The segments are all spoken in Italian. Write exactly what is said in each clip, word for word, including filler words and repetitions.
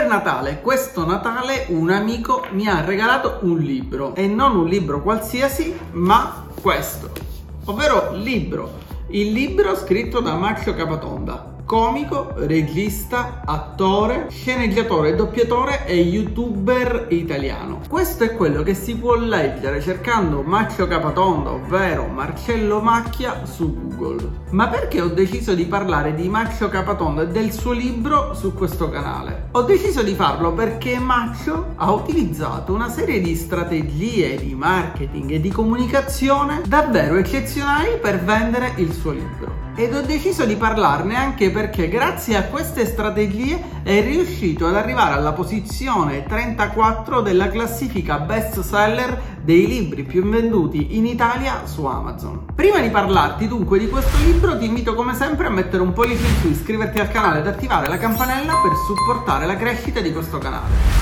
Per Natale, questo Natale, un amico mi ha regalato un libro, e non un libro qualsiasi, ma questo, ovvero libro, il libro scritto da Maccio Capatonda, comico, regista, attore, sceneggiatore, doppiatore e youtuber italiano. Questo è quello che si può leggere cercando Maccio Capatonda, ovvero Marcello Macchia, su Google. Ma perché ho deciso di parlare di Maccio Capatonda e del suo libro su questo canale? Ho deciso di farlo perché Maccio ha utilizzato una serie di strategie di marketing e di comunicazione davvero eccezionali per vendere il suo libro. Ed ho deciso di parlarne anche perché grazie a queste strategie è riuscito ad arrivare alla posizione trentaquattro della classifica best seller dei libri più venduti in Italia su Amazon. Prima di parlarti dunque di questo libro, ti invito come sempre a mettere un pollice in su, iscriverti al canale ed attivare la campanella per supportare la crescita di questo canale.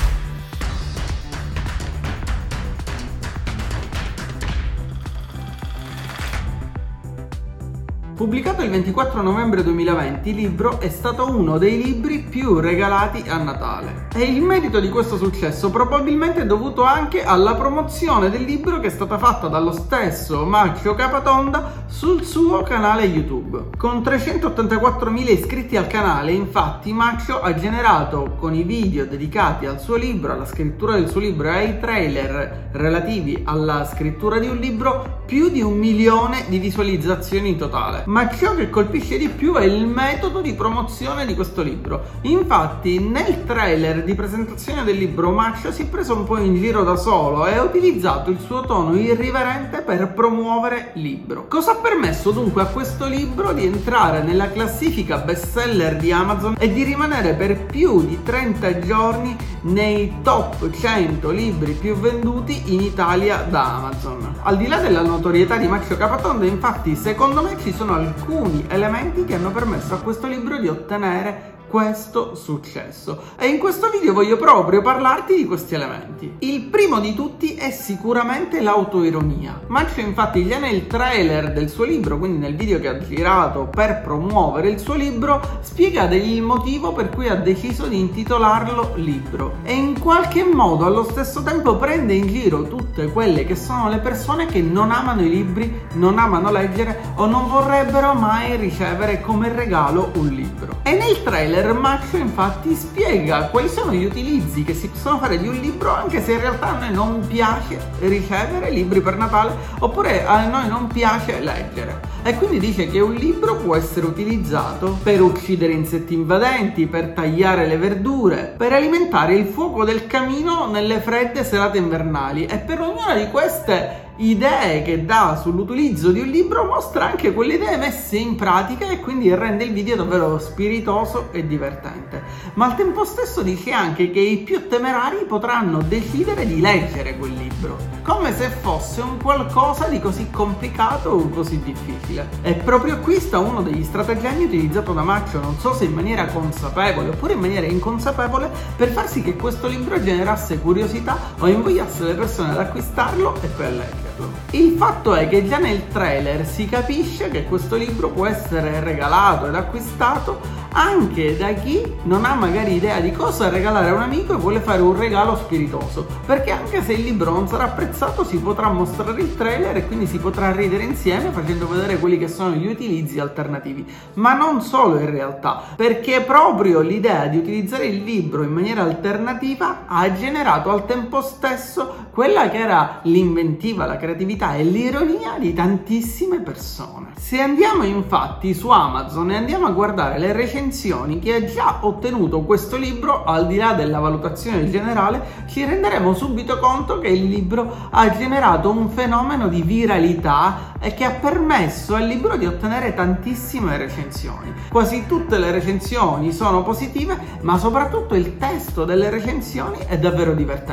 Pubblicato il ventiquattro novembre duemilaventi, il libro è stato uno dei libri più regalati a Natale. E il merito di questo successo probabilmente è dovuto anche alla promozione del libro che è stata fatta dallo stesso Maccio Capatonda sul suo canale YouTube. Con trecentottantaquattromila iscritti al canale, infatti, Maccio ha generato, con i video dedicati al suo libro, alla scrittura del suo libro e ai trailer relativi alla scrittura di un libro, più di un milione di visualizzazioni in totale. Ma ciò che colpisce di più è il metodo di promozione di questo libro. Infatti, nel trailer di presentazione del libro, Maccio si è preso un po' in giro da solo e ha utilizzato il suo tono irriverente per promuovere il libro. Cosa ha permesso dunque a questo libro di entrare nella classifica bestseller di Amazon e di rimanere per più di trenta giorni nei top cento libri più venduti in Italia da Amazon. Al di là della notorietà di Maccio Capatonda, infatti, secondo me ci sono alcuni elementi che hanno permesso a questo libro di ottenere questo successo, e in questo video voglio proprio parlarti di questi elementi. Il primo di tutti è sicuramente l'autoironia. Maccio infatti già nel trailer del suo libro, quindi nel video che ha girato per promuovere il suo libro, spiega il motivo per cui ha deciso di intitolarlo libro, e in qualche modo allo stesso tempo prende in giro tutte quelle che sono le persone che non amano i libri, non amano leggere o non vorrebbero mai ricevere come regalo un libro. E nel trailer Maccio infatti spiega quali sono gli utilizzi che si possono fare di un libro, anche se in realtà a noi non piace ricevere libri per Natale, oppure a noi non piace leggere. E quindi dice che un libro può essere utilizzato per uccidere insetti invadenti, per tagliare le verdure, per alimentare il fuoco del camino nelle fredde serate invernali, e per ognuna di queste idee che dà sull'utilizzo di un libro mostra anche quelle idee messe in pratica, e quindi rende il video davvero spiritoso e divertente. Ma al tempo stesso dice anche che i più temerari potranno decidere di leggere quel libro, come se fosse un qualcosa di così complicato o così difficile. E proprio qui sta uno degli stratagemmi utilizzato da Maccio, non so se in maniera consapevole oppure in maniera inconsapevole, per far sì che questo libro generasse curiosità o invogliasse le persone ad acquistarlo e poi a leggerlo. Il fatto è che già nel trailer si capisce che questo libro può essere regalato ed acquistato anche da chi non ha magari idea di cosa regalare a un amico e vuole fare un regalo spiritoso, perché anche se il libro non sarà apprezzato si potrà mostrare il trailer e quindi si potrà ridere insieme facendo vedere quelli che sono gli utilizzi alternativi. Ma non solo, in realtà, perché proprio l'idea di utilizzare il libro in maniera alternativa ha generato al tempo stesso quella che era l'inventiva, la creatività e l'ironia di tantissime persone. Se andiamo infatti su Amazon e andiamo a guardare le recensioni che ha già ottenuto questo libro, al di là della valutazione generale, ci renderemo subito conto che il libro ha generato un fenomeno di viralità e che ha permesso al libro di ottenere tantissime recensioni. Quasi tutte le recensioni sono positive, ma soprattutto il testo delle recensioni è davvero divertente,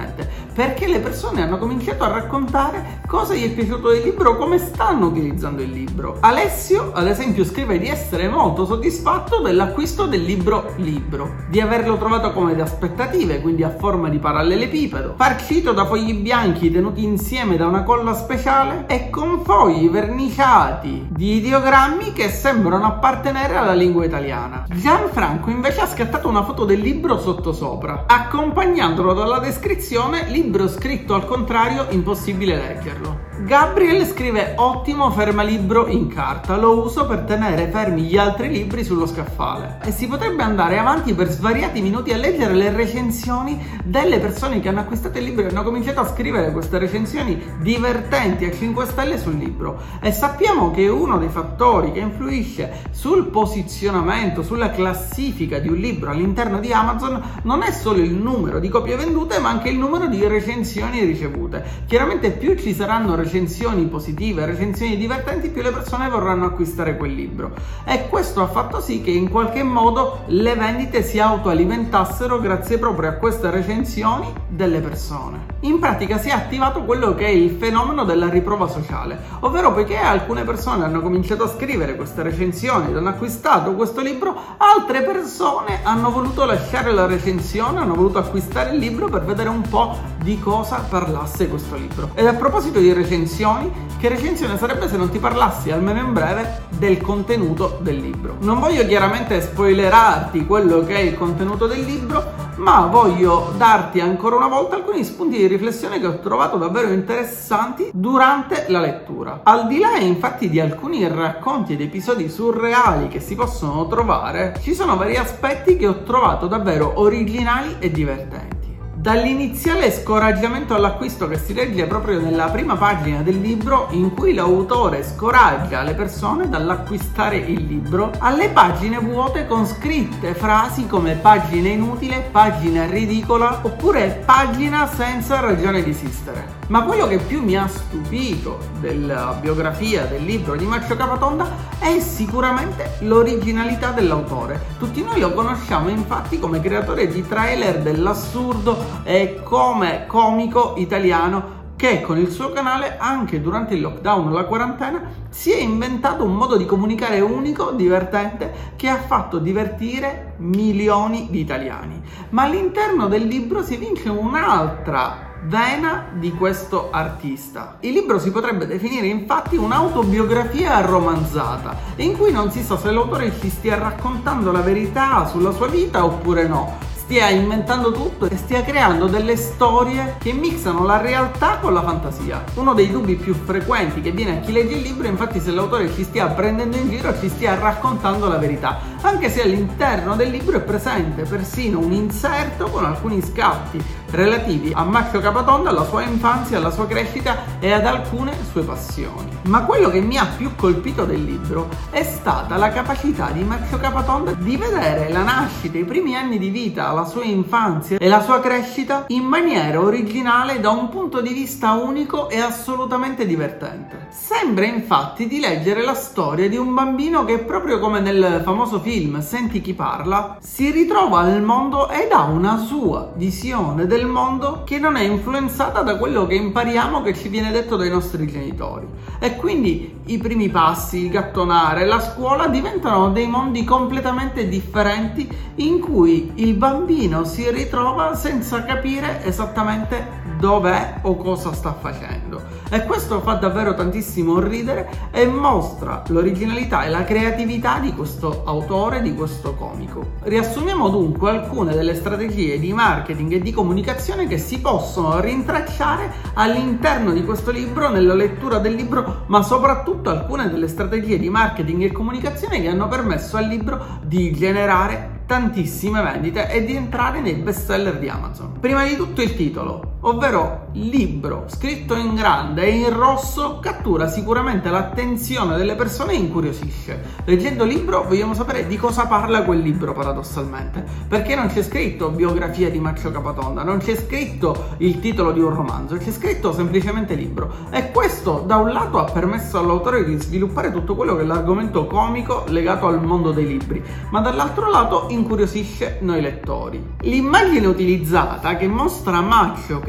perché le persone hanno cominciato a raccontare cosa gli è piaciuto del libro, come stanno utilizzando il libro. Alessio, ad esempio, scrive di essere molto soddisfatto dell'acquisto del libro libro, di averlo trovato come di aspettative, quindi a forma di parallelepipedo, farcito da fogli bianchi tenuti insieme da una colla speciale e con fogli verniciati di ideogrammi che sembrano appartenere alla lingua italiana. Gianfranco invece ha scattato una foto del libro sottosopra, accompagnandolo dalla descrizione: libro scritto al contrario, impossibile leggerlo. Gabriel scrive: ottimo fermalibro in carta, lo uso per tenere fermi gli altri libri sullo scaffale. E si potrebbe andare avanti per svariati minuti a leggere le recensioni delle persone che hanno acquistato il libro e hanno cominciato a scrivere queste recensioni divertenti a cinque stelle sul libro. E sappiamo che uno dei fattori che influisce sul posizionamento, sulla classifica di un libro all'interno di Amazon non è solo il numero di copie vendute, ma anche il numero di recensioni ricevute. Chiaramente più ci saranno recensioni positive, recensioni divertenti, più le persone vorranno acquistare quel libro. E questo ha fatto sì che in qualche modo le vendite si autoalimentassero grazie proprio a queste recensioni delle persone. In pratica si è attivato quello che è il fenomeno della riprova sociale, ovvero poiché alcune persone hanno cominciato a scrivere queste recensioni ed hanno acquistato questo libro, altre persone hanno voluto lasciare la recensione, hanno voluto acquistare il libro per vedere un po' di cosa parlasse questo libro. Ed a proposito di recensioni, che recensione sarebbe se non ti parlassi almeno in breve del contenuto del libro? Non voglio chiaramente spoilerarti quello che è il contenuto del libro, ma voglio darti ancora una volta alcuni spunti di riflessione che ho trovato davvero interessanti durante la lettura. Al di là infatti di alcuni racconti ed episodi surreali che si possono trovare, ci sono vari aspetti che ho trovato davvero originali e divertenti. Dall'iniziale scoraggiamento all'acquisto che si legge proprio nella prima pagina del libro, in cui l'autore scoraggia le persone dall'acquistare il libro, alle pagine vuote con scritte frasi come pagina inutile, pagina ridicola oppure pagina senza ragione di esistere. Ma quello che più mi ha stupito della biografia del libro di Maccio Capatonda è sicuramente l'originalità dell'autore. Tutti noi lo conosciamo infatti come creatore di trailer dell'assurdo e come comico italiano che con il suo canale, anche durante il lockdown o la quarantena, si è inventato un modo di comunicare unico, divertente, che ha fatto divertire milioni di italiani. Ma all'interno del libro si evince un'altra vena di questo artista. Il libro si potrebbe definire infatti un'autobiografia romanzata, in cui non si sa se l'autore ci stia raccontando la verità sulla sua vita oppure no, stia inventando tutto e stia creando delle storie che mixano la realtà con la fantasia. Uno dei dubbi più frequenti che viene a chi legge il libro è infatti se l'autore ci stia prendendo in giro, ci stia raccontando la verità, anche se all'interno del libro è presente persino un inserto con alcuni scatti relativi a Maccio Capatonda, alla sua infanzia, alla sua crescita e ad alcune sue passioni. Ma quello che mi ha più colpito del libro è stata la capacità di Maccio Capatonda di vedere la nascita, i primi anni di vita, la sua infanzia e la sua crescita in maniera originale, da un punto di vista unico e assolutamente divertente. Sembra infatti di leggere la storia di un bambino che, proprio come nel famoso film Senti chi parla, si ritrova al mondo ed ha una sua visione del mondo che non è influenzata da quello che impariamo, che ci viene detto dai nostri genitori. E quindi i primi passi, il gattonare, la scuola diventano dei mondi completamente differenti in cui il bambino si ritrova senza capire esattamente dov'è o cosa sta facendo. E questo fa davvero tantissimo ridere e mostra l'originalità e la creatività di questo autore, di questo comico. Riassumiamo dunque alcune delle strategie di marketing e di comunicazione che si possono rintracciare all'interno di questo libro, nella lettura del libro, ma soprattutto alcune delle strategie di marketing e comunicazione che hanno permesso al libro di generare tantissime vendite e di entrare nei bestseller di Amazon. Prima di tutto il titolo, ovvero libro scritto in grande e in rosso, cattura sicuramente l'attenzione delle persone e incuriosisce. Leggendo il libro vogliamo sapere di cosa parla quel libro, paradossalmente, perché non c'è scritto biografia di Maccio Capatonda, non c'è scritto il titolo di un romanzo, c'è scritto semplicemente libro, e questo da un lato ha permesso all'autore di sviluppare tutto quello che è l'argomento comico legato al mondo dei libri, ma dall'altro lato incuriosisce noi lettori. L'immagine utilizzata, che mostra Maccio che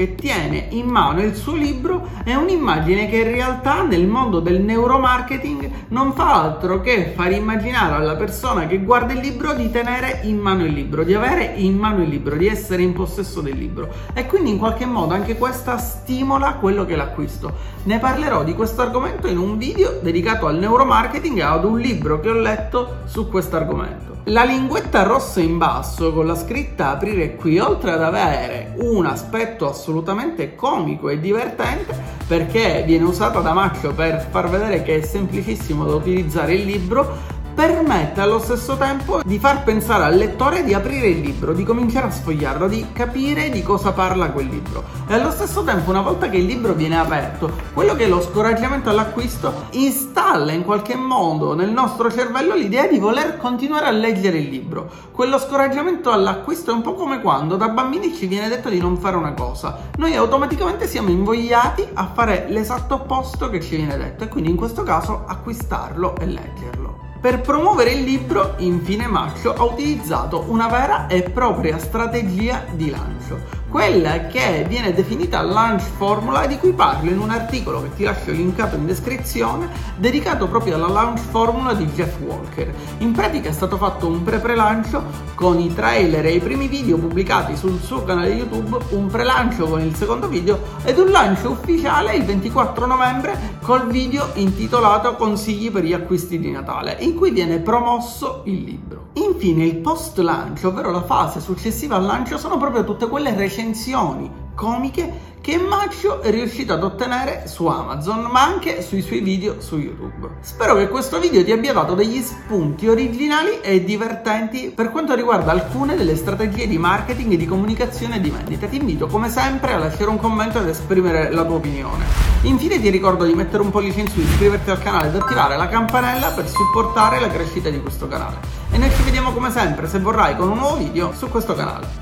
che tiene in mano il suo libro è un'immagine che in realtà nel mondo del neuromarketing non fa altro che far immaginare alla persona che guarda il libro di tenere in mano il libro, di avere in mano il libro, di essere in possesso del libro, e quindi in qualche modo anche questa stimola quello che è l'acquisto. Ne parlerò di questo argomento in un video dedicato al neuromarketing e ad un libro che ho letto su questo argomento. La linguetta rossa in basso con la scritta aprire qui, oltre ad avere un aspetto assolutamente comico e divertente perché viene usata da Macchio per far vedere che è semplicissimo da utilizzare il libro, permette allo stesso tempo di far pensare al lettore di aprire il libro, di cominciare a sfogliarlo, di capire di cosa parla quel libro, e allo stesso tempo, una volta che il libro viene aperto, quello che è lo scoraggiamento all'acquisto installa in qualche modo nel nostro cervello l'idea di voler continuare a leggere il libro. Quello scoraggiamento all'acquisto è un po' come quando da bambini ci viene detto di non fare una cosa, noi automaticamente siamo invogliati a fare l'esatto opposto che ci viene detto, e quindi in questo caso acquistarlo e leggerlo. Per promuovere il libro, infine, Macchio ha utilizzato una vera e propria strategia di lancio, quella che viene definita launch formula, di cui parlo in un articolo che ti lascio linkato in descrizione, dedicato proprio alla launch formula di Jeff Walker. In pratica è stato fatto un pre-prelancio con i trailer e i primi video pubblicati sul suo canale YouTube, un pre-lancio con il secondo video ed un lancio ufficiale il ventiquattro novembre col video intitolato Consigli per gli acquisti di Natale, in cui viene promosso il libro. Infine il post-lancio, ovvero la fase successiva al lancio, sono proprio tutte quelle recensioni comiche che Macchio è riuscito ad ottenere su Amazon, ma anche sui suoi video su YouTube. Spero che questo video ti abbia dato degli spunti originali e divertenti per quanto riguarda alcune delle strategie di marketing, di comunicazione e di vendita. Ti invito come sempre a lasciare un commento ed esprimere la tua opinione. Infine ti ricordo di mettere un pollice in su, iscriverti al canale ed attivare la campanella per supportare la crescita di questo canale. E noi ci vediamo come sempre, se vorrai, con un nuovo video su questo canale.